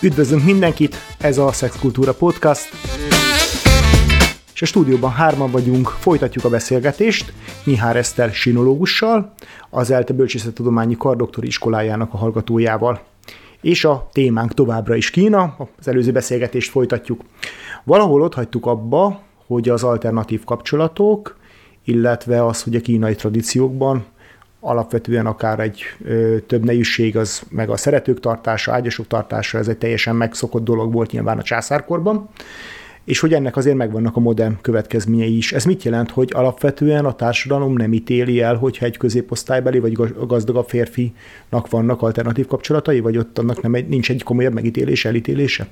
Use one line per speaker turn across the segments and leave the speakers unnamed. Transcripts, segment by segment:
Üdvözlünk mindenkit, ez a Szexkultúra Podcast, és a stúdióban 3-an vagyunk, folytatjuk a beszélgetést Mihály Eszter sinológussal, az ELTE Bölcsészettudományi Kardoktori Iskolájának a hallgatójával. És a témánk továbbra is Kína, az előző beszélgetést folytatjuk. Valahol ott hagytuk abba, hogy az alternatív kapcsolatok, illetve az, hogy a kínai tradíciókban alapvetően akár egy több nejűség, az meg a szeretők tartása, ágyasok tartása, ez egy teljesen megszokott dolog volt nyilván a császárkorban, és hogy ennek azért megvannak a modern következményei is. Ez mit jelent, hogy alapvetően a társadalom nem ítéli el, hogyha egy középosztálybeli vagy gazdagabb férfinak vannak alternatív kapcsolatai, vagy ott annak nincs egy komolyabb megítélése, elítélése?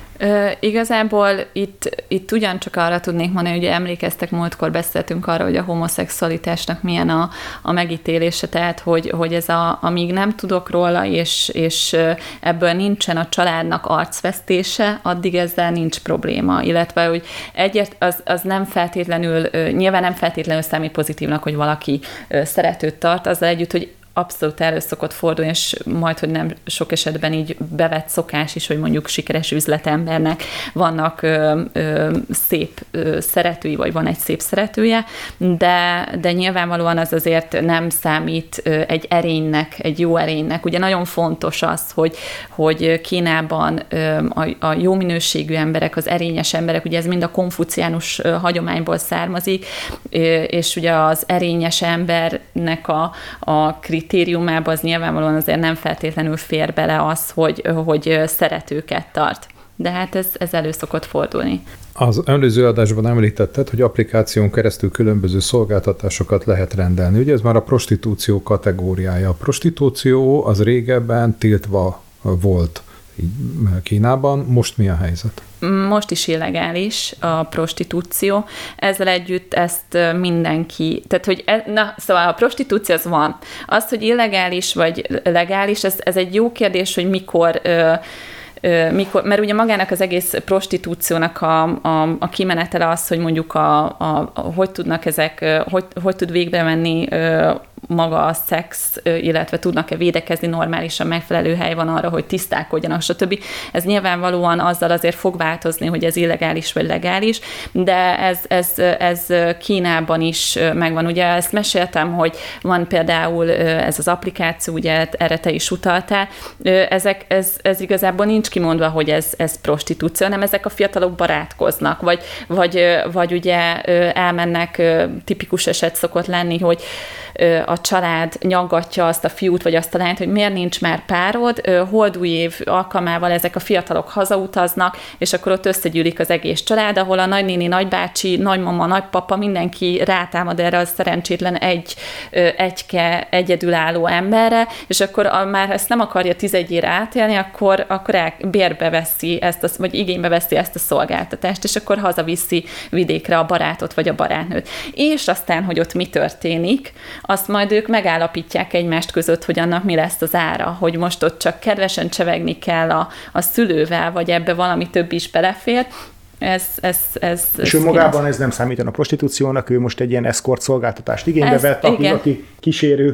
Igazából itt ugyancsak arra tudnék mondani, hogy emlékeztek, múltkor beszéltünk arra, hogy a homoszexualitásnak milyen a megítélése, tehát hogy ez amíg nem tudok róla, és ebből nincsen a családnak arcvesztése, addig ezzel nincs probléma, illetve hogy az nem feltétlenül, nyilván nem feltétlenül számít pozitívnak, hogy valaki szeretőt tart, azzal együtt, hogy abszolút elő szokott fordulni, és majdhogy nem sok esetben így bevett szokás is, hogy mondjuk sikeres üzletembernek vannak szép szeretői, vagy van egy szép szeretője, de nyilvánvalóan az azért nem számít egy erénynek, egy jó erénynek. Ugye nagyon fontos az, hogy Kínában a jó minőségű emberek, az erényes emberek, ugye ez mind a konfuciánus hagyományból származik, és ugye az erényes embernek a kritériumában az nyilvánvalóan azért nem feltétlenül fér bele az, hogy szeretőket tart. De hát ez elő szokott fordulni.
Az előző adásban említetted, hogy applikáción keresztül különböző szolgáltatásokat lehet rendelni. Ugye ez már a prostitúció kategóriája. A prostitúció az régebben tiltva volt Kínában. Most mi a helyzet?
Most is illegális a prostitúció. Ezzel együtt ezt mindenki, tehát hogy szóval a prostitúció az van. Az, hogy illegális vagy legális, ez egy jó kérdés, hogy mikor, mert ugye magának az egész prostitúciónak a kimenetele az, hogy mondjuk hogy tudnak ezek, hogy tud végbe menni maga a szex, illetve tudnak-e védekezni normálisan, megfelelő hely van arra, hogy tisztálkodjanak, stb. Ez nyilvánvalóan azzal azért fog változni, hogy ez illegális vagy legális, de ez Kínában is megvan. Ugye ezt meséltem, hogy van például ez az applikáció, ugye erre te is utaltál, ez igazából nincs kimondva, hogy ez prostitúció, hanem ezek a fiatalok barátkoznak, vagy ugye elmennek, tipikus eset szokott lenni, hogy a család nyaggatja azt a fiút, vagy azt a lányt, hogy miért nincs már párod, holdúj év alkalmával ezek a fiatalok hazautaznak, és akkor ott összegyűlik az egész család, ahol a nagynéni, nagybácsi, nagymama, nagypapa, mindenki rátámad erre a szerencsétlen egyedülálló emberre, és akkor már ezt nem akarja 11-ére átélni, akkor bérbe veszi vagy igénybe veszi ezt a szolgáltatást, és akkor hazaviszi vidékre a barátot, vagy a barátnőt. És aztán, hogy ott mi történik, azt majd ők megállapítják egymást között, hogy annak mi lesz az ára, hogy most ott csak kedvesen csevegni kell a szülővel, vagy ebbe valami több is belefér. És
önmagában ez nem számít a prostitúciónak, ő most egy ilyen eszkort szolgáltatást igénybe vett, aki kísérő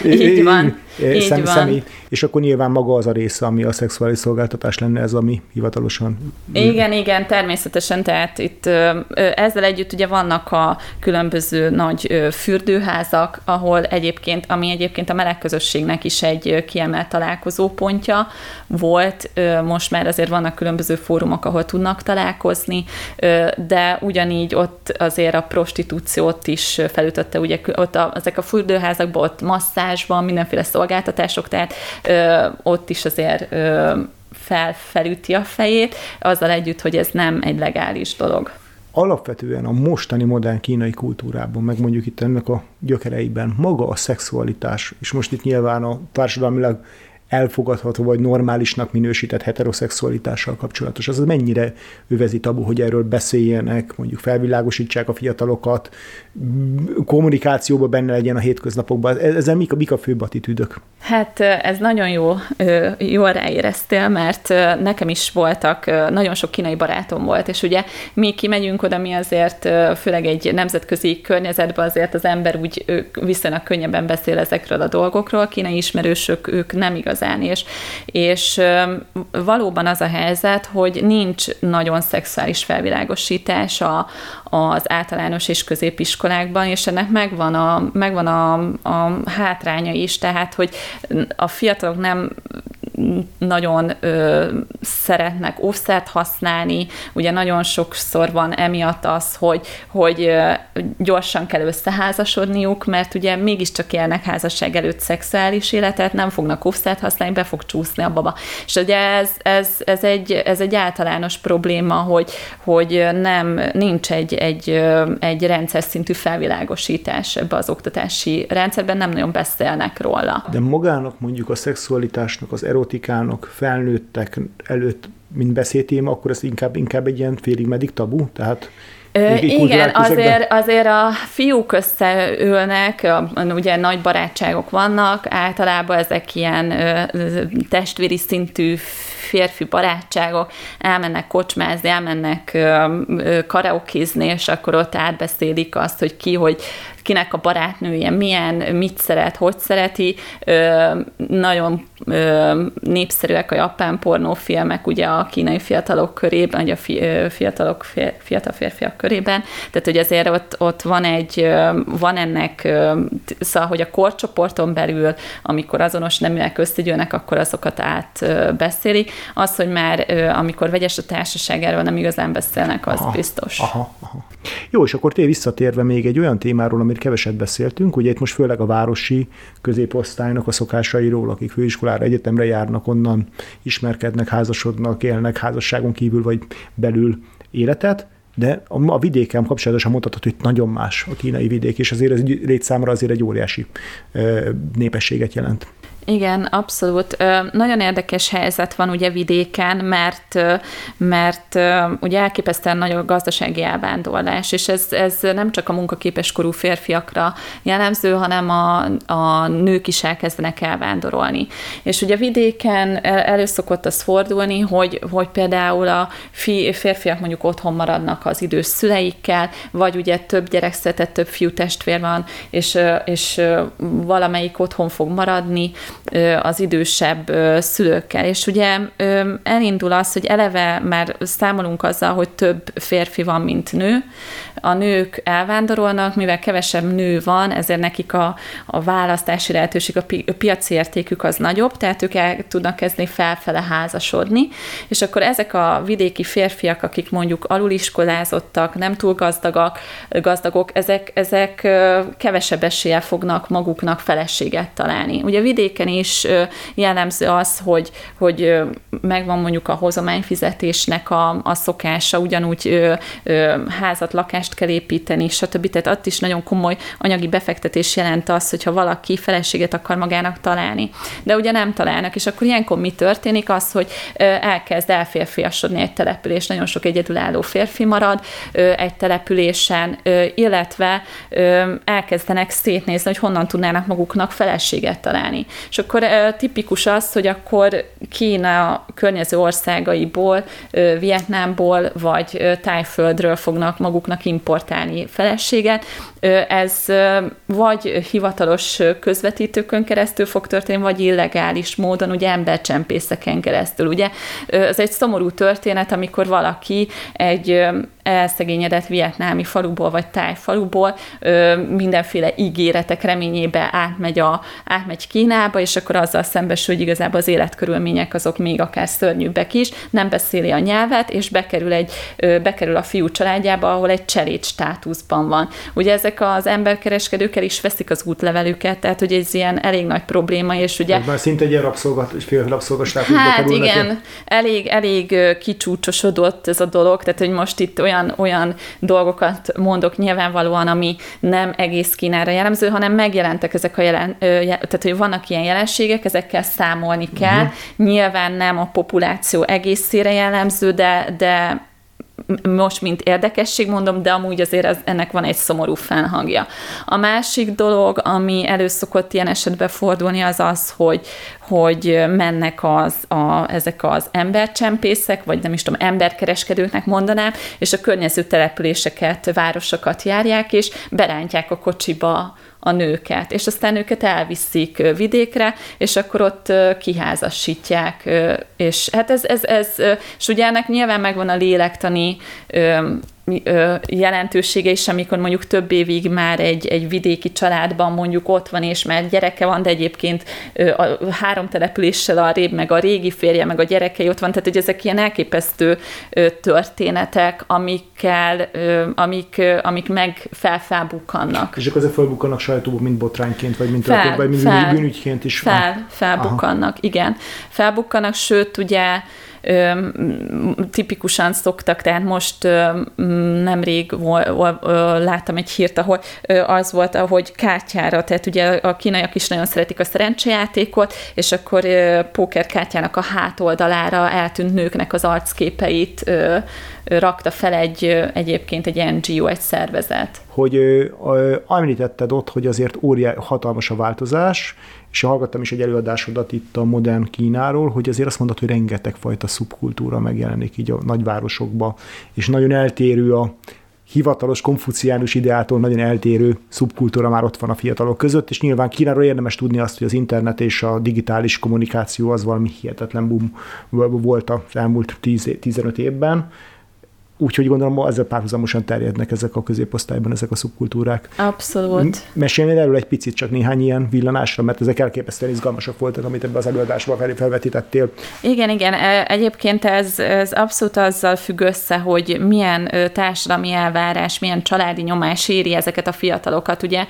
személy, és akkor nyilván maga az a része, ami a szexuális szolgáltatás lenne, ez ami hivatalosan...
Igen, természetesen, tehát itt ezzel együtt ugye vannak a különböző nagy fürdőházak, ami egyébként a meleg közösségnek is egy kiemelt találkozópontja volt, most már azért vannak különböző fórumok, ahol tudnak találkozni, de ugyanígy ott azért a prostitúciót is felütötte, ugye ott ezek a fürdőházakban ott masszázs van, mindenféle szolgáltatások, tehát ott is azért felüti a fejét, azzal együtt, hogy ez nem egy legális dolog.
Alapvetően a mostani modern kínai kultúrában, meg mondjuk itt ennek a gyökereiben maga a szexualitás, és most itt nyilván a társadalmilag elfogadható vagy normálisnak minősített heteroszexualitással kapcsolatos. Az mennyire övezi tabu, hogy erről beszéljenek, mondjuk felvilágosítsák a fiatalokat, kommunikációban benne legyen a hétköznapokban. Ezzel mik a főbb attitűdök?
Hát ez nagyon jól ráéreztél, mert nekem is voltak, nagyon sok kínai barátom volt, és ugye mi kimegyünk oda, mi azért, főleg egy nemzetközi környezetben azért az ember úgy viszonylag könnyebben beszél ezekről a dolgokról. Kínai ismerősök, ők nem igazán igazán, és valóban az a helyzet, hogy nincs nagyon szexuális felvilágosítás az általános és középiskolákban, és ennek megvan a hátránya is, tehát, hogy a fiatalok nem nagyon szeretnek óvszert használni, ugye nagyon sokszor van emiatt az, hogy gyorsan kell összeházasodniuk, mert ugye mégiscsak élnek házasság előtt szexuális életet, nem fognak óvszert használni, be fog csúszni a baba. És ugye ez egy általános probléma, hogy nincs egy rendszer szintű felvilágosítás ebbe az oktatási rendszerben, nem nagyon beszélnek róla.
De magának mondjuk a szexualitásnak, az erotikának felnőttek előtt, mint beszédtéma, akkor ez inkább egy ilyen félig meddig tabu? Tehát
igen, azért a fiúk összeülnek, ugye nagy barátságok vannak, általában ezek ilyen testvéri szintű férfi barátságok, elmennek kocsmázni, elmennek karaokézni, és akkor ott átbeszélik azt, hogy kinek a barátnője milyen, mit szeret, hogy szereti. Nagyon népszerűek a japán pornófilmek, ugye a kínai fiatalok körében, vagy a fiatal férfiak körében. Tehát, hogy azért ott van ennek, szóval, hogy a korcsoporton belül, amikor azonos neműek összegyűlnek, akkor azokat átbeszélik. Az, hogy már amikor vegyes a társaság, erről nem igazán beszélnek, az biztos.
Aha. Jó, és akkor visszatérve még egy olyan témáról, amiről keveset beszéltünk, ugye itt most főleg a városi középosztálynak a szokásairól, akik főiskolára, egyetemre járnak, onnan ismerkednek, házasodnak, élnek házasságon kívül vagy belül életet, de a vidéken kapcsolatosan mondhatod, hogy nagyon más a kínai vidék, és azért ez létszámra azért egy óriási népességet jelent.
Igen, abszolút. Nagyon érdekes helyzet van ugye vidéken, mert ugye elképesztően nagy a gazdasági elvándorlás, és ez nem csak a munkaképes korú férfiakra jellemző, hanem a nők is elkezdenek elvándorolni. És ugye vidéken elő szokott az fordulni, hogy például a férfiak mondjuk otthon maradnak az idős szüleikkel, vagy ugye több gyerek született, több fiú testvér van, és valamelyik otthon fog maradni az idősebb szülőkkel. És ugye elindul az, hogy eleve már számolunk azzal, hogy több férfi van, mint nő. A nők elvándorolnak, mivel kevesebb nő van, ezért nekik a választási lehetőség, a piaci értékük az nagyobb, tehát ők el tudnak kezdeni felfele házasodni, és akkor ezek a vidéki férfiak, akik mondjuk aluliskolázottak, nem túl gazdagok, ezek kevesebb eséllyel fognak maguknak feleséget találni. Ugye vidéken is jellemző az, hogy megvan mondjuk a hozományfizetésnek a szokása, ugyanúgy házat, lakást kell építeni, stb. Tehát ott is nagyon komoly anyagi befektetés jelent az, hogyha valaki feleséget akar magának találni. De ugye nem találnak, és akkor ilyenkor mi történik? Az, hogy elkezd elférfiasodni egy település, nagyon sok egyedülálló férfi marad egy településen, illetve elkezdenek szétnézni, hogy honnan tudnának maguknak feleséget találni. És akkor tipikus az, hogy akkor Kína környező országaiból, Vietnámból vagy Tájföldről fognak maguknak importálni feleséget. Ez vagy hivatalos közvetítőkön keresztül fog történni, vagy illegális módon, ugye embercsempészeken keresztül. Ugye ez egy szomorú történet, amikor valaki egy elszegényedett vietnámi faluból, vagy tájfaluból mindenféle ígéretek reményébe átmegy Kínába, és akkor azzal szembesül, hogy igazából az életkörülmények azok még akár szörnyűbbek is, nem beszéli a nyelvet, és bekerül a fiú családjába, ahol egy cseléd státuszban van. Ugye ezek az emberkereskedők is veszik az útlevelüket, tehát hogy ez ilyen elég nagy probléma, és ugye...
Ez már szinte egy rabszolga státuszba
hát
kerülnek.
Igen, elég kicsúcsosodott ez a dolog, tehát hogy most itt olyan dolgokat mondok nyilvánvalóan, ami nem egész Kínára jellemző, hanem megjelentek ezek tehát hogy vannak ilyen jelenségek, ezekkel számolni kell. Nyilván nem a populáció egészére jellemző, de most mint érdekesség mondom, de amúgy azért ennek van egy szomorú fennhangja. A másik dolog, ami elő szokott ilyen esetben fordulni, az, hogy mennek ezek az embercsempészek, vagy nem is tudom, emberkereskedőknek mondanám, és a környező településeket, városokat járják, és berántják a kocsiba a nőket, és aztán őket elviszik vidékre, és akkor ott kiházasítják, és hát és ugye ennek nyilván megvan a lélektani jelentősége is, amikor mondjuk több évig már egy vidéki családban mondjuk ott van, és már gyereke van, de egyébként 3 településsel arrébb, meg a régi férje, meg a gyerekei ott van, tehát hogy ezek ilyen elképesztő történetek, amik meg felbukkannak.
És akkor ezek felbukkannak sajtóban, mint botrányként, vagy mint bűnügyként is?
Felbukkannak, igen. Felbukkannak, sőt, ugye tipikusan szoktak, tehát most nemrég láttam egy hírt, ahol az volt, ahogy kártyára, tehát ugye a kínaiak is nagyon szeretik a szerencsejátékot, és akkor pókerkártyának a hátoldalára eltűnt nőknek az arcképeit rakta fel egyébként egy NGO, egy szervezet.
Hogy említetted ott, hogy azért hatalmas a változás, és hallgattam is egy előadásodat itt a modern Kínáról, hogy azért azt mondod, hogy rengeteg fajta szubkultúra megjelenik így a nagyvárosokba, és nagyon eltérő a hivatalos konfuciánus ideától nagyon eltérő szubkultúra már ott van a fiatalok között, és nyilván Kínáról érdemes tudni azt, hogy az internet és a digitális kommunikáció az valami hihetetlen boom volt az elmúlt 10-15 évben. Úgyhogy gondolom, ezzel párhuzamosan terjednek ezek a középosztályban, ezek a szubkultúrák.
Abszolút.
Mesélnél erről egy picit, csak néhány ilyen villanásra, mert ezek elképesztően izgalmasak voltak, amit ebben az előadásban felvetítettél.
Igen. Egyébként ez abszolút azzal függ össze, hogy milyen társadalmi elvárás, milyen családi nyomás éri ezeket a fiatalokat. Ugye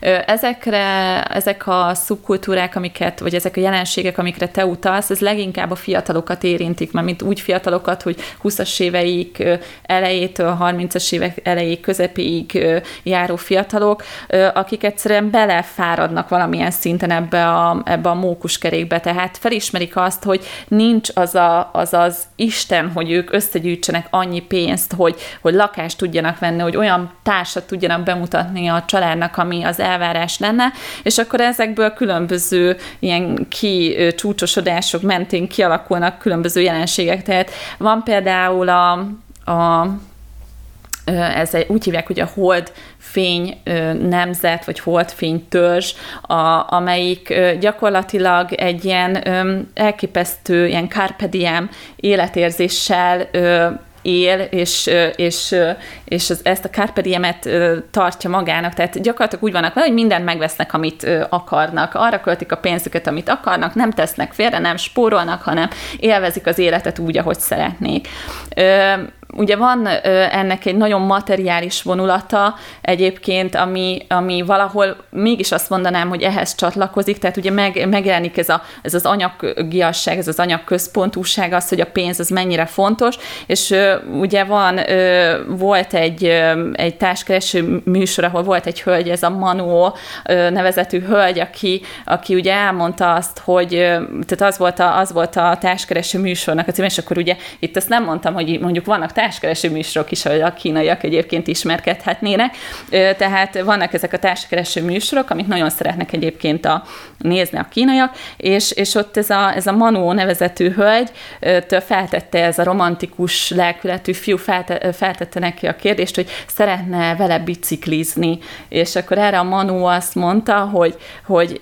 ezek a szubkultúrák, vagy ezek a jelenségek, amikre te utalsz, ez leginkább a fiatalokat érintik, mert mint úgy fiatalokat, hogy 20-as éveik elejétől 30-as évek elejéig, közepéig járó fiatalok, akik egyszerűen belefáradnak valamilyen szinten ebbe a mókuskerékbe, tehát felismerik azt, hogy nincs az Isten, hogy ők összegyűjtsenek annyi pénzt, hogy lakást tudjanak venni, hogy olyan társat tudjanak bemutatni a családnak, ami az elvárás lenne, és akkor ezekből különböző ilyen csúcsosodások mentén kialakulnak különböző jelenségek, tehát van például úgy hívják, hogy a holdfény nemzet, vagy holdfény törzs, amelyik gyakorlatilag egy ilyen elképesztő, ilyen carpe diem életérzéssel él, és ezt a carpe diemet tartja magának, tehát gyakorlatilag úgy vannak vele, hogy mindent megvesznek, amit akarnak. Arra költik a pénzüket, amit akarnak, nem tesznek félre, nem spórolnak, hanem élvezik az életet úgy, ahogy szeretnék. Ugye van ennek egy nagyon materiális vonulata egyébként, ami valahol mégis azt mondanám, hogy ehhez csatlakozik, tehát ugye megjelenik ez az anyagiasság, ez az anyagközpontúság, az, hogy a pénz az mennyire fontos, és ugye volt egy társkereső műsor, ahol volt egy hölgy, ez a Manó nevezetű hölgy, aki ugye elmondta azt, hogy tehát az volt a társkereső műsornak a címe, és akkor ugye itt azt nem mondtam, hogy mondjuk vannak társkereső műsorok is, ahogy a kínaiak egyébként ismerkedhetnének. Tehát vannak ezek a társkereső műsorok, amit nagyon szeretnek egyébként nézni a kínaiak, és ott ez a Manó nevezetű hölgy feltette, ez a romantikus lelkületű fiú feltette neki a kérdést, hogy szeretne vele biciklizni, és akkor erre a Manó azt mondta, hogy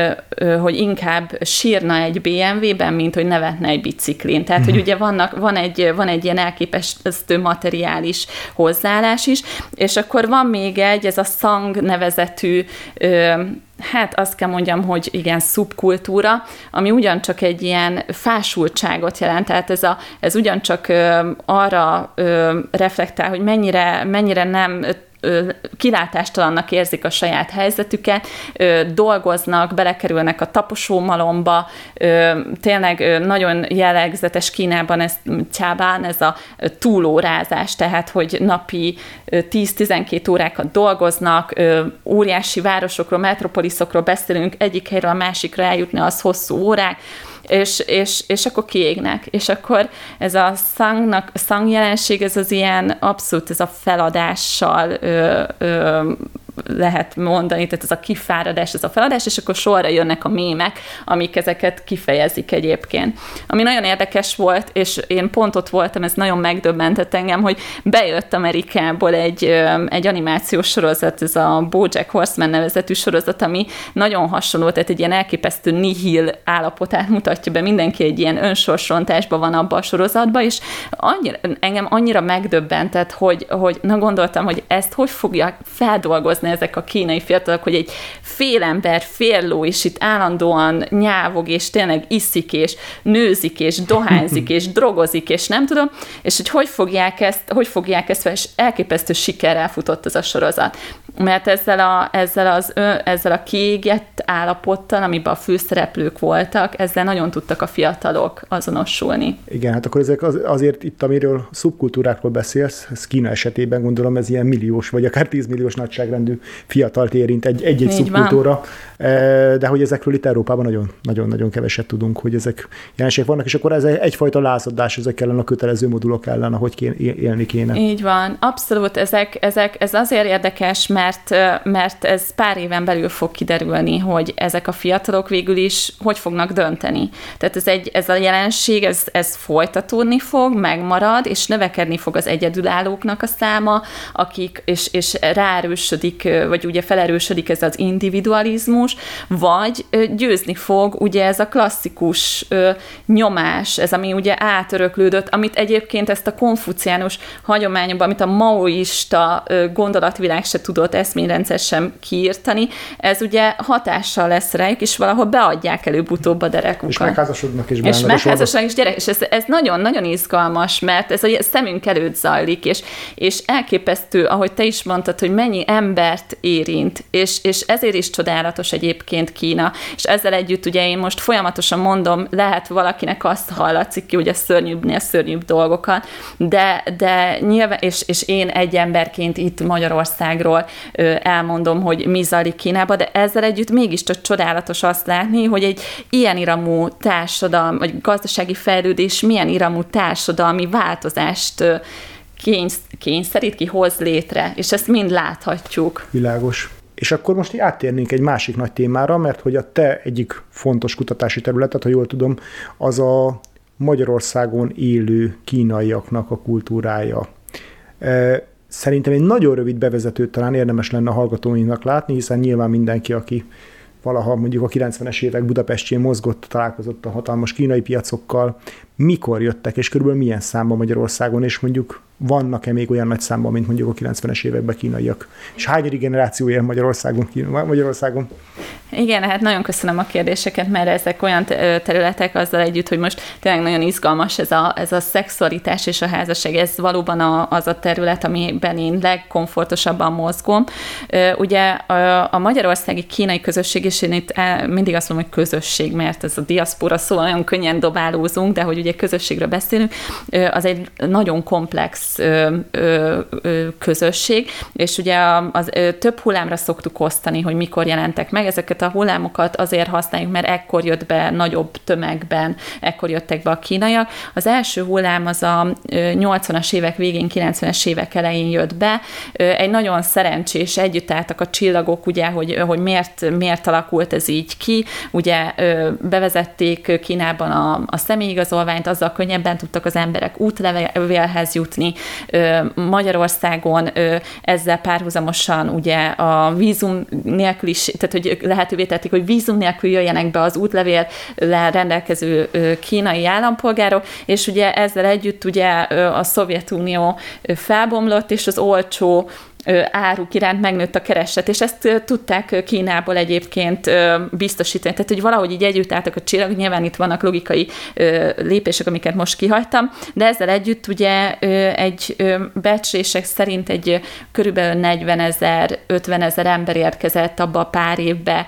inkább sírna egy BMW-ben, mint hogy nevetne egy biciklin. Tehát, hogy ugye van egy ilyen elképesztő materiális hozzáállás is, és akkor van még ez a Sang nevezetű, hát azt kell mondjam, hogy igen, szubkultúra, ami ugyancsak egy ilyen fásultságot jelent, tehát ez ugyancsak arra reflektál, hogy mennyire nem kilátástalannak érzik a saját helyzetüket, dolgoznak, belekerülnek a taposómalomba, tényleg nagyon jellegzetes Kínában ez Csábán, ez a túlórázás, tehát, hogy napi 10-12 órákat dolgoznak, óriási városokról, metropoliszokról beszélünk, egyik helyről a másikra eljutni az hosszú órák, és akkor kiégnek. És akkor ez a Sang jelenség, ez az ilyen abszolút ez a feladással lehet mondani, tehát ez a kifáradás, ez a feladás, és akkor sorra jönnek a mémek, amik ezeket kifejezik egyébként. Ami nagyon érdekes volt, és én pont ott voltam, ez nagyon megdöbbentett engem, hogy bejött Amerikából egy animációs sorozat, ez a BoJack Horseman nevezetű sorozat, ami nagyon hasonló, tehát egy ilyen elképesztő nihil állapotát mutatja be, mindenki egy ilyen önsorsrontásban van abban a sorozatban, és engem annyira megdöbbentett, hogy na gondoltam, hogy ezt hogy fogják feldolgozni ezek a kínai fiatalok, hogy egy fél ember, fél ló is itt állandóan nyávog, és tényleg iszik, és nőzik, és dohányzik, és drogozik, és nem tudom, és hogy fogják ezt, és elképesztő sikerrel futott ez a sorozat. Mert ezzel a kiégett állapottal, amiben a főszereplők voltak, ezzel nagyon tudtak a fiatalok azonosulni.
Igen, hát akkor ezek azért itt, amiről szubkultúrákról beszélsz, ez Kína esetében gondolom ez ilyen milliós, vagy akár 10 milliós nagyságrendű fiatalt érint egy-egy szubkultúra, de hogy ezekről itt Európában nagyon nagyon keveset tudunk, hogy ezek jelenségek vannak, és akkor ez egyfajta lázadás ezek ellen a kötelező modulok ellen, ahogy élni kéne.
Így van, abszolút, ez azért érdekes, mert ez pár éven belül fog kiderülni, hogy ezek a fiatalok végül is hogy fognak dönteni. Tehát ez a jelenség, ez folytatódni fog, megmarad, és növekedni fog az egyedülállóknak a száma, akik, és ráerősödik, vagy ugye felerősödik ez az individualizmus, vagy győzni fog ugye ez a klasszikus nyomás, ez ami ugye átöröklődött, amit egyébként ezt a konfuciánus hagyományban, amit a maoista gondolatvilág se tudott eszményrendszer sem kiírtani, ez ugye hatással lesz rájuk, és valahol beadják előbb-utóbb a derekukat.
És megházasodnak is benne.
És megházasodnak is gyerek, és ez nagyon-nagyon izgalmas, mert ez a szemünk előtt zajlik, és elképesztő, ahogy te is mondtad, hogy mennyi embert érint, és ezért is csodálatos egyébként Kína, és ezzel együtt ugye én most folyamatosan mondom, lehet valakinek azt hallatszik ki, hogy a szörnyűbbnél szörnyűbb dolgokat, de nyilván, és én egy emberként itt Magyarországról elmondom, hogy mi zajlik Kínában, de ezzel együtt mégiscsak csodálatos azt látni, hogy egy ilyen iramú társadalmi, vagy gazdasági fejlődés milyen iramú társadalmi változást kényszerít ki, hoz létre, és ezt mind láthatjuk.
Világos. És akkor most áttérnénk egy másik nagy témára, mert hogy a te egyik fontos kutatási területet, ha jól tudom, az a Magyarországon élő kínaiaknak a kultúrája. Szerintem egy nagyon rövid bevezetőt talán érdemes lenne a hallgatóinknak látni, hiszen nyilván mindenki, aki valaha mondjuk a 90-es évek Budapestjén mozgott, találkozott a hatalmas kínai piacokkal, mikor jöttek, és körülbelül milyen számban Magyarországon, és mondjuk vannak-e még olyan nagy számban, mint mondjuk a 90-es években kínaiak? És hányadik generáció él Magyarországon?
Igen, hát nagyon köszönöm a kérdéseket, mert ezek olyan területek azzal együtt, hogy most tényleg nagyon izgalmas ez a szexualitás és a házasság. Ez valóban az a terület, amiben én legkomfortosabban mozgom. Ugye a magyarországi kínai közösség, és én itt mindig azt mondom, hogy közösség, mert ez a diaszpora szó, nagyon könnyen dobálózunk, de hogy ugye közösségről beszélünk, az egy nagyon komplex közösség, és ugye több hullámra szoktuk osztani, hogy mikor jelentek meg. Ezeket a hullámokat azért használjuk, mert ekkor jött be nagyobb tömegben, ekkor jöttek be a kínaiak. Az első hullám az a 80-as évek végén, 90-es évek elején jött be. Egy nagyon szerencsés, együtt álltak a csillagok, ugye, hogy miért alakult ez így ki. Ugye bevezették Kínában a személyigazolványt, azzal könnyebben tudtak az emberek útlevélhez jutni. Magyarországon ezzel párhuzamosan ugye a vízum nélkül is, tehát hogy lehetővé tették, hogy vízum nélkül jöjjenek be az útlevéllel rendelkező kínai állampolgárok, és ugye ezzel együtt ugye a Szovjetunió felbomlott, és az olcsó áruk iránt megnőtt a kereslet, és ezt tudták Kínából egyébként biztosítani. Tehát, hogy valahogy így együtt álltak a csillagok, nyilván itt vannak logikai lépések, amiket most kihagytam, de ezzel együtt ugye egy becslések szerint egy körülbelül 40 000, 50 000 ember érkezett abba a pár évbe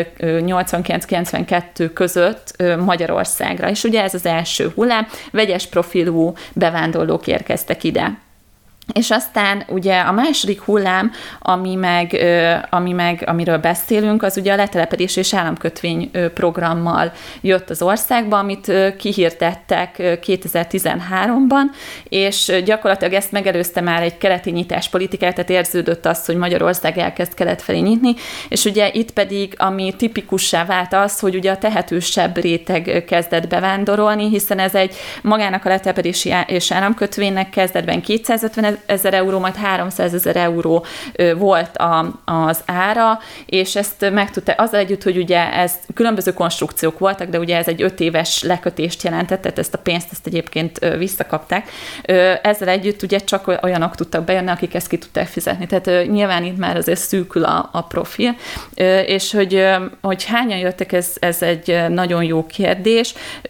89-92 között Magyarországra. És ugye ez az első hullám, vegyes profilú bevándorlók érkeztek ide. És aztán ugye a második hullám, amiről beszélünk, az ugye a letelepedés és államkötvény programmal jött az országba, amit kihirdettek 2013-ban, és gyakorlatilag ezt megelőzte már egy keleti nyitáspolitikát, tehát érződött az, hogy Magyarország elkezd kelet felé nyitni, és ugye itt pedig, ami tipikussá vált az, hogy ugye a tehetősebb réteg kezdett bevándorolni, hiszen ez egy magának a letelepedési és államkötvénynek kezdetben 250 000 euró, majd 300 000 euró volt az ára, és ezt megtudta azzal együtt, hogy ugye ez különböző konstrukciók voltak, de ugye ez egy 5 éves lekötést jelentett, tehát ezt a pénzt egyébként visszakapták. Ezzel együtt ugye csak olyanok tudtak bejönni, akik ezt ki tudták fizetni. Tehát nyilván itt már azért szűkül a profil, és hogy hányan jöttek, ez egy nagyon jó kérdés.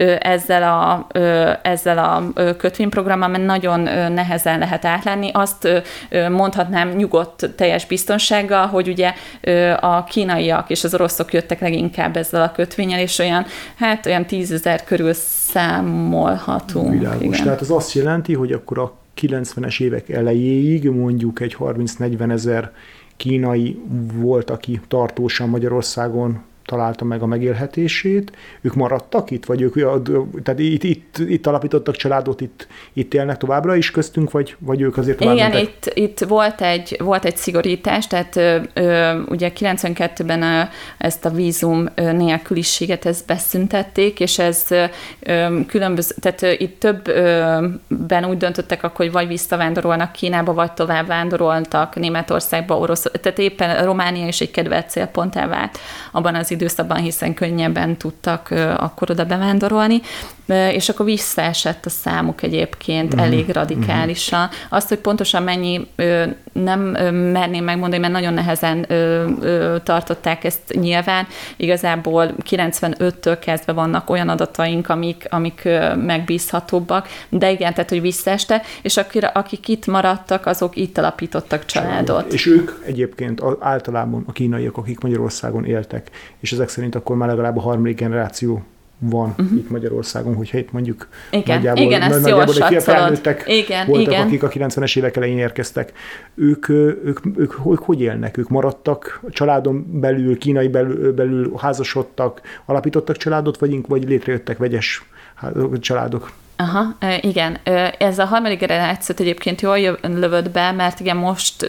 Ezzel a kötvényprogrammal, mert nagyon nehezen lehet átlátni. Azt mondhatnám nyugodt teljes biztonsággal, hogy ugye a kínaiak és az oroszok jöttek leginkább ezzel a kötvényel, és olyan 10 000 körül számolhatunk.
Világos.
Igen.
Tehát az azt jelenti, hogy akkor a 90-es évek elejéig mondjuk egy 30-40 000 kínai volt, aki tartósan Magyarországon találta meg a megélhetését. Ők maradtak itt, vagy ők tehát itt alapítottak családot, itt élnek továbbra is köztünk, vagy ők azért tovább
igen,
mentek?
itt volt egy szigorítás, tehát ugye 92-ben ezt a vízum nélküliséget ezt beszüntették, és ez különböző, tehát itt többben úgy döntöttek akkor, hogy vagy visszavándorolnak Kínába, vagy tovább vándoroltak Németországba, tehát éppen Románia is egy kedvelt célponttá vált abban az időszakban, hiszen könnyebben tudtak akkor oda bevándorolni, és akkor visszaesett a számuk egyébként elég radikálisan. Azt, hogy pontosan mennyi nem merném megmondani, mert nagyon nehezen tartották ezt nyilván. Igazából 95-től kezdve vannak olyan adataink, amik megbízhatóbbak, de igen, tehát, hogy visszaeste, és akik itt maradtak, azok itt alapítottak családot.
És ők egyébként általában a kínaiak, akik Magyarországon éltek, és ezek szerint akkor már legalább a harmadik generáció van itt Magyarországon, hogyha itt mondjuk nagyjából egy felnőttek voltak, akik a 90-es évek elején érkeztek. Ők hogy élnek? Ők maradtak a családon belül, kínai belül házasodtak, alapítottak családot, vagy létrejöttek vegyes családok?
Aha, igen. Ez a harmadik generációt egyébként jól lövött be, mert igen, most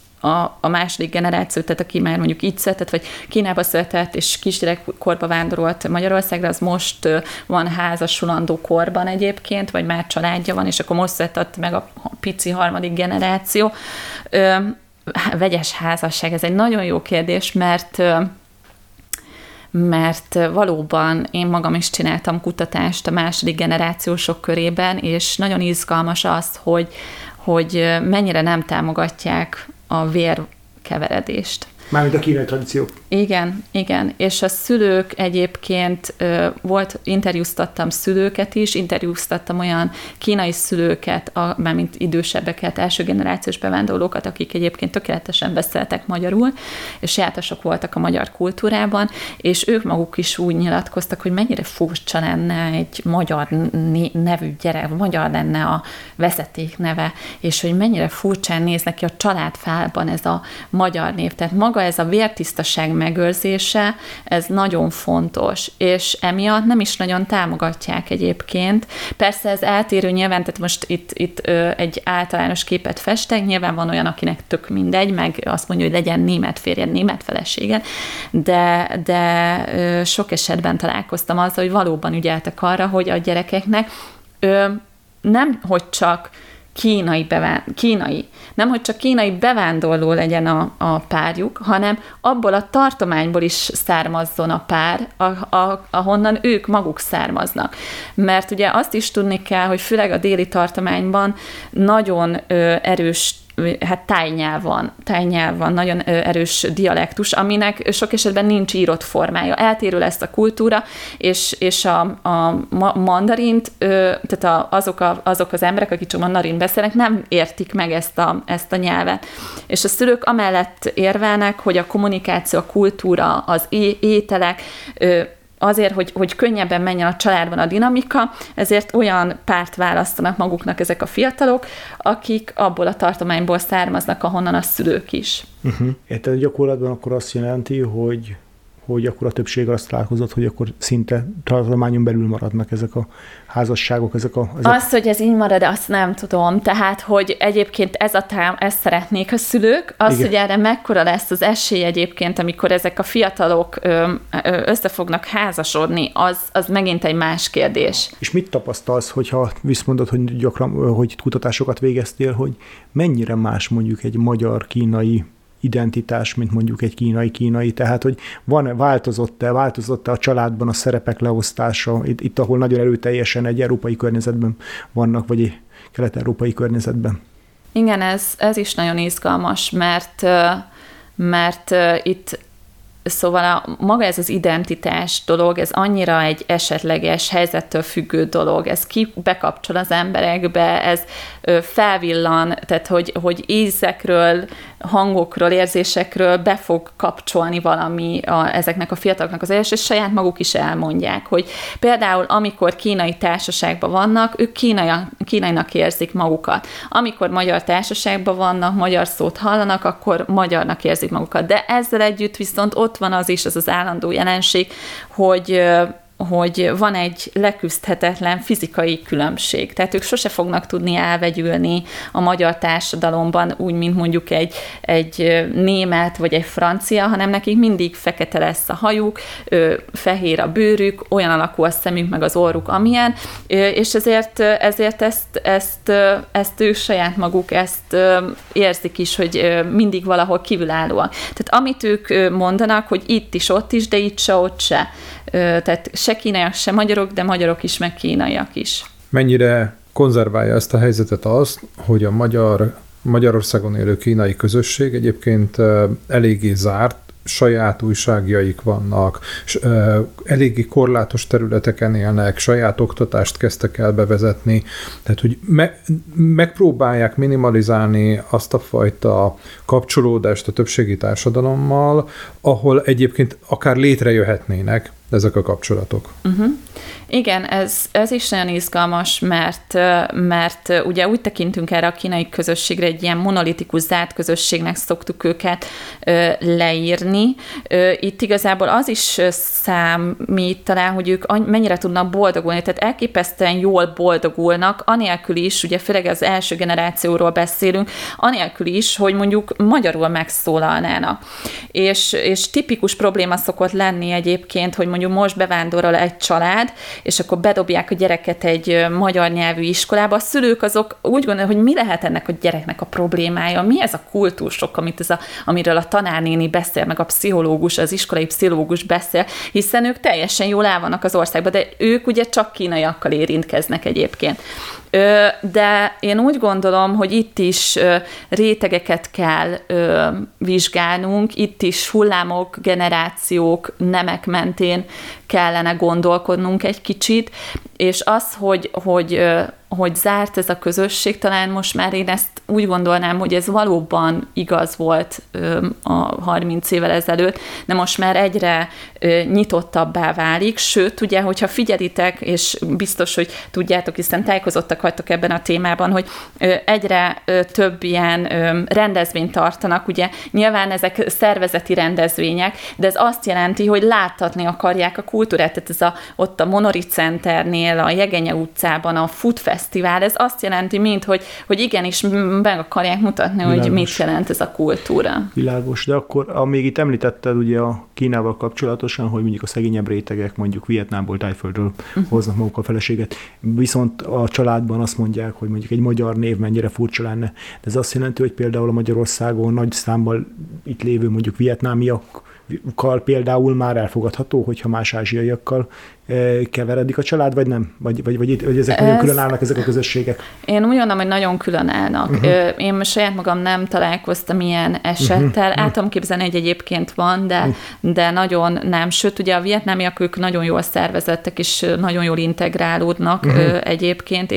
a második generáció, tehát aki már mondjuk itt született, vagy Kínába született, és kisgyerekkorba vándorolt Magyarországra, az most van házasulandó korban egyébként, vagy már családja van, és akkor most született meg a pici harmadik generáció. Vegyes házasság, ez egy nagyon jó kérdés, mert valóban én magam is csináltam kutatást a második generációsok körében, és nagyon izgalmas az, hogy mennyire nem támogatják a vérkeveredést.
Mármint a kínai tradíciók.
Igen. És a szülők egyébként interjúztattam szülőket is, interjúztattam olyan kínai szülőket, mármint idősebbeket, első generációs bevándorlókat, akik egyébként tökéletesen beszéltek magyarul, és jártasok voltak a magyar kultúrában, és ők maguk is úgy nyilatkoztak, hogy mennyire furcsa lenne egy magyar nevű gyerek, magyar lenne a vezeték neve, és hogy mennyire furcsán néz neki a családfában ez a magyar név. Tehát maga ez a vértisztaság megőrzése, ez nagyon fontos, és emiatt nem is nagyon támogatják egyébként. Persze ez eltérő nyilván, tehát most itt egy általános képet festek, nyilván van olyan, akinek tök mindegy, meg azt mondja, hogy legyen német férjed, német feleséged, de sok esetben találkoztam azzal, hogy valóban ügyeltek arra, hogy a gyerekeknek nem, hogy csak kínai bevándorló legyen a párjuk, hanem abból a tartományból is származzon a pár, ahonnan ők maguk származnak. Mert ugye azt is tudni kell, hogy főleg a déli tartományban nagyon erős tájnyelv van, nagyon erős dialektus, aminek sok esetben nincs írott formája. Eltérő lesz a kultúra, és a mandarint, tehát azok az emberek, akik csak mandarin beszélnek, nem értik meg ezt a nyelvet. És a szülők amellett érvelnek, hogy a kommunikáció, a kultúra, az ételek azért, hogy könnyebben menjen a családban a dinamika, ezért olyan párt választanak maguknak ezek a fiatalok, akik abból a tartományból származnak, ahonnan a szülők is.
Tehát gyakorlatban akkor azt jelenti, hogy akkor a többség azt találkozott, hogy akkor szinte tartományon belül maradnak ezek a házasságok,
Azt, hogy ez így marad, azt nem tudom. Tehát, hogy egyébként ezt szeretnék a szülők, az, hogy erre mekkora lesz az esély egyébként, amikor ezek a fiatalok össze fognak házasodni, az megint egy más kérdés.
És mit tapasztalsz, hogyha visszmondod, hogy gyakran, hogy kutatásokat végeztél, hogy mennyire más mondjuk egy magyar-kínai identitás, mint mondjuk egy kínai, tehát hogy változott-e a családban a szerepek leosztása, itt ahol nagyon erőteljesen egy európai környezetben vannak, vagy egy kelet-európai környezetben?
Igen, ez is nagyon izgalmas, mert itt szóval maga ez az identitás dolog, ez annyira egy esetleges, helyzettől függő dolog, ez bekapcsol az emberekbe, ez felvillan, tehát hogy ízekről, hangokról, érzésekről be fog kapcsolni valami ezeknek a fiataloknak az éles, és saját maguk is elmondják, hogy például amikor kínai társaságban vannak, ők kínainak érzik magukat. Amikor magyar társaságban vannak, magyar szót hallanak, akkor magyarnak érzik magukat. De ezzel együtt viszont ott van az állandó jelenség, hogy van egy leküzdhetetlen fizikai különbség. Tehát ők sose fognak tudni elvegyülni a magyar társadalomban, úgy, mint mondjuk egy német vagy egy francia, hanem nekik mindig fekete lesz a hajuk, fehér a bőrük, olyan alakú a szemük, meg az orruk, amilyen, és ezért ezt ők saját maguk ezt érzik is, hogy mindig valahol kívülállóak. Tehát amit ők mondanak, hogy itt is, ott is, de itt se, ott se. Tehát se kínaiak, se magyarok, de magyarok is, meg kínaiak is.
Mennyire konzerválja ezt a helyzetet az, hogy a Magyarországon élő kínai közösség egyébként eléggé zárt, saját újságjaik vannak, eléggé korlátos területeken élnek, saját oktatást kezdtek el bevezetni, tehát hogy megpróbálják minimalizálni azt a fajta kapcsolódást a többségi társadalommal, ahol egyébként akár létrejöhetnének ezek a kapcsolatok.
Igen, ez is nagyon izgalmas, mert ugye úgy tekintünk erre a kínai közösségre, egy ilyen monolitikus zárt közösségnek szoktuk őket leírni. Itt igazából az is számít talán, hogy ők mennyire tudnak boldogulni, tehát elképesztően jól boldogulnak, anélkül is, ugye főleg az első generációról beszélünk, anélkül is, hogy mondjuk magyarul megszólalnának. És tipikus probléma szokott lenni egyébként, hogy mondjuk most bevándorol egy család, és akkor bedobják a gyereket egy magyar nyelvű iskolába. A szülők azok úgy gondolják, hogy mi lehet ennek a gyereknek a problémája, mi ez a kultúrsok, amiről a tanárnéni beszél, meg a pszichológus, az iskolai pszichológus beszél, hiszen ők teljesen jól el vannak az országban, de ők ugye csak kínaiakkal érintkeznek egyébként. De én úgy gondolom, hogy itt is rétegeket kell vizsgálnunk, itt is hullámok, generációk, nemek mentén kellene gondolkodnunk egy kicsit, és az, hogy zárt ez a közösség, talán most már én ezt úgy gondolnám, hogy ez valóban igaz volt a 30 évvel ezelőtt, de most már egyre nyitottabbá válik, sőt, ugye, hogyha figyelitek, és biztos, hogy tudjátok, hiszen tájékozottak vagytok ebben a témában, hogy egyre több ilyen rendezvényt tartanak, ugye nyilván ezek szervezeti rendezvények, de ez azt jelenti, hogy láttatni akarják a kultúrát, tehát ott a Monori Centernél, a Jegenye utcában, a Food Fesztivál, ez azt jelenti, hogy igenis meg akarják mutatni, világos, hogy mit jelent ez a kultúra.
Világos, de akkor még itt említetted ugye a Kínával kapcsolatosan, hogy mondjuk a szegényebb rétegek mondjuk Vietnámból, Tájföldről hoznak magukkal feleséget, viszont a családban azt mondják, hogy mondjuk egy magyar név mennyire furcsa lenne. De ez azt jelenti, hogy például a Magyarországon nagy számban itt lévő mondjuk vietnámiakkal például már elfogadható, hogyha más ázsiaiakkal keveredik a család, vagy nem? Vagy ezek nagyon külön állnak, ezek a közösségek?
Én úgy gondolom, hogy nagyon külön állnak. Én saját magam nem találkoztam ilyen esettel. Át tudom képzelni, hogy egyébként van, de nagyon nem. Sőt, ugye a vietnámiak ők nagyon jól szervezettek, és nagyon jól integrálódnak egyébként,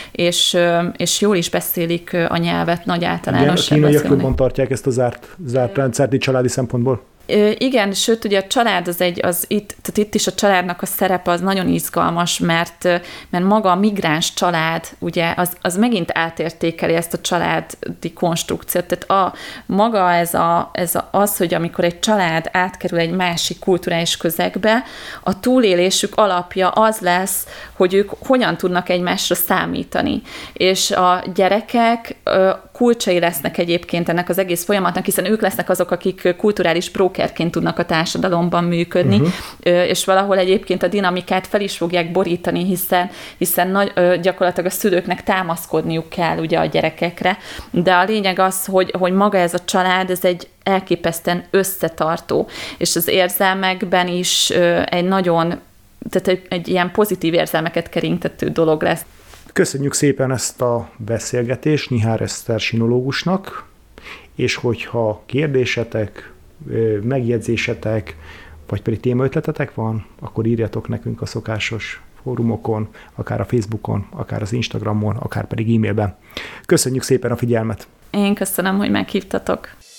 és jól is beszélik a nyelvet nagy általánosságban.
A kínaiak jobban tartják ezt a zárt rendszert családi szempontból?
Igen, sőt, ugye a család itt is a családnak a szerepe az nagyon izgalmas, mert maga a migráns család, ugye, az megint átértékeli ezt a családi konstrukciót. Tehát maga az, hogy amikor egy család átkerül egy másik kulturális közegbe, a túlélésük alapja az lesz, hogy ők hogyan tudnak egymásra számítani. És a gyerekek kulcsai lesznek egyébként ennek az egész folyamatnak, hiszen ők lesznek azok, akik kulturális brókerként tudnak a társadalomban működni, és valahol egyébként a dinamikát fel is fogják borítani, hiszen gyakorlatilag a szülőknek támaszkodniuk kell ugye a gyerekekre, de a lényeg az, hogy maga ez a család, ez egy elképesztően összetartó, és az érzelmekben is tehát egy ilyen pozitív érzelmeket kerintető dolog lesz.
Köszönjük szépen ezt a beszélgetést Nyihár Eszter sinológusnak, és hogyha kérdésetek, megjegyzésetek, vagy pedig témaötletetek van, akkor írjatok nekünk a szokásos fórumokon, akár a Facebookon, akár az Instagramon, akár pedig e-mailben. Köszönjük szépen a figyelmet!
Én köszönöm, hogy meghívtatok!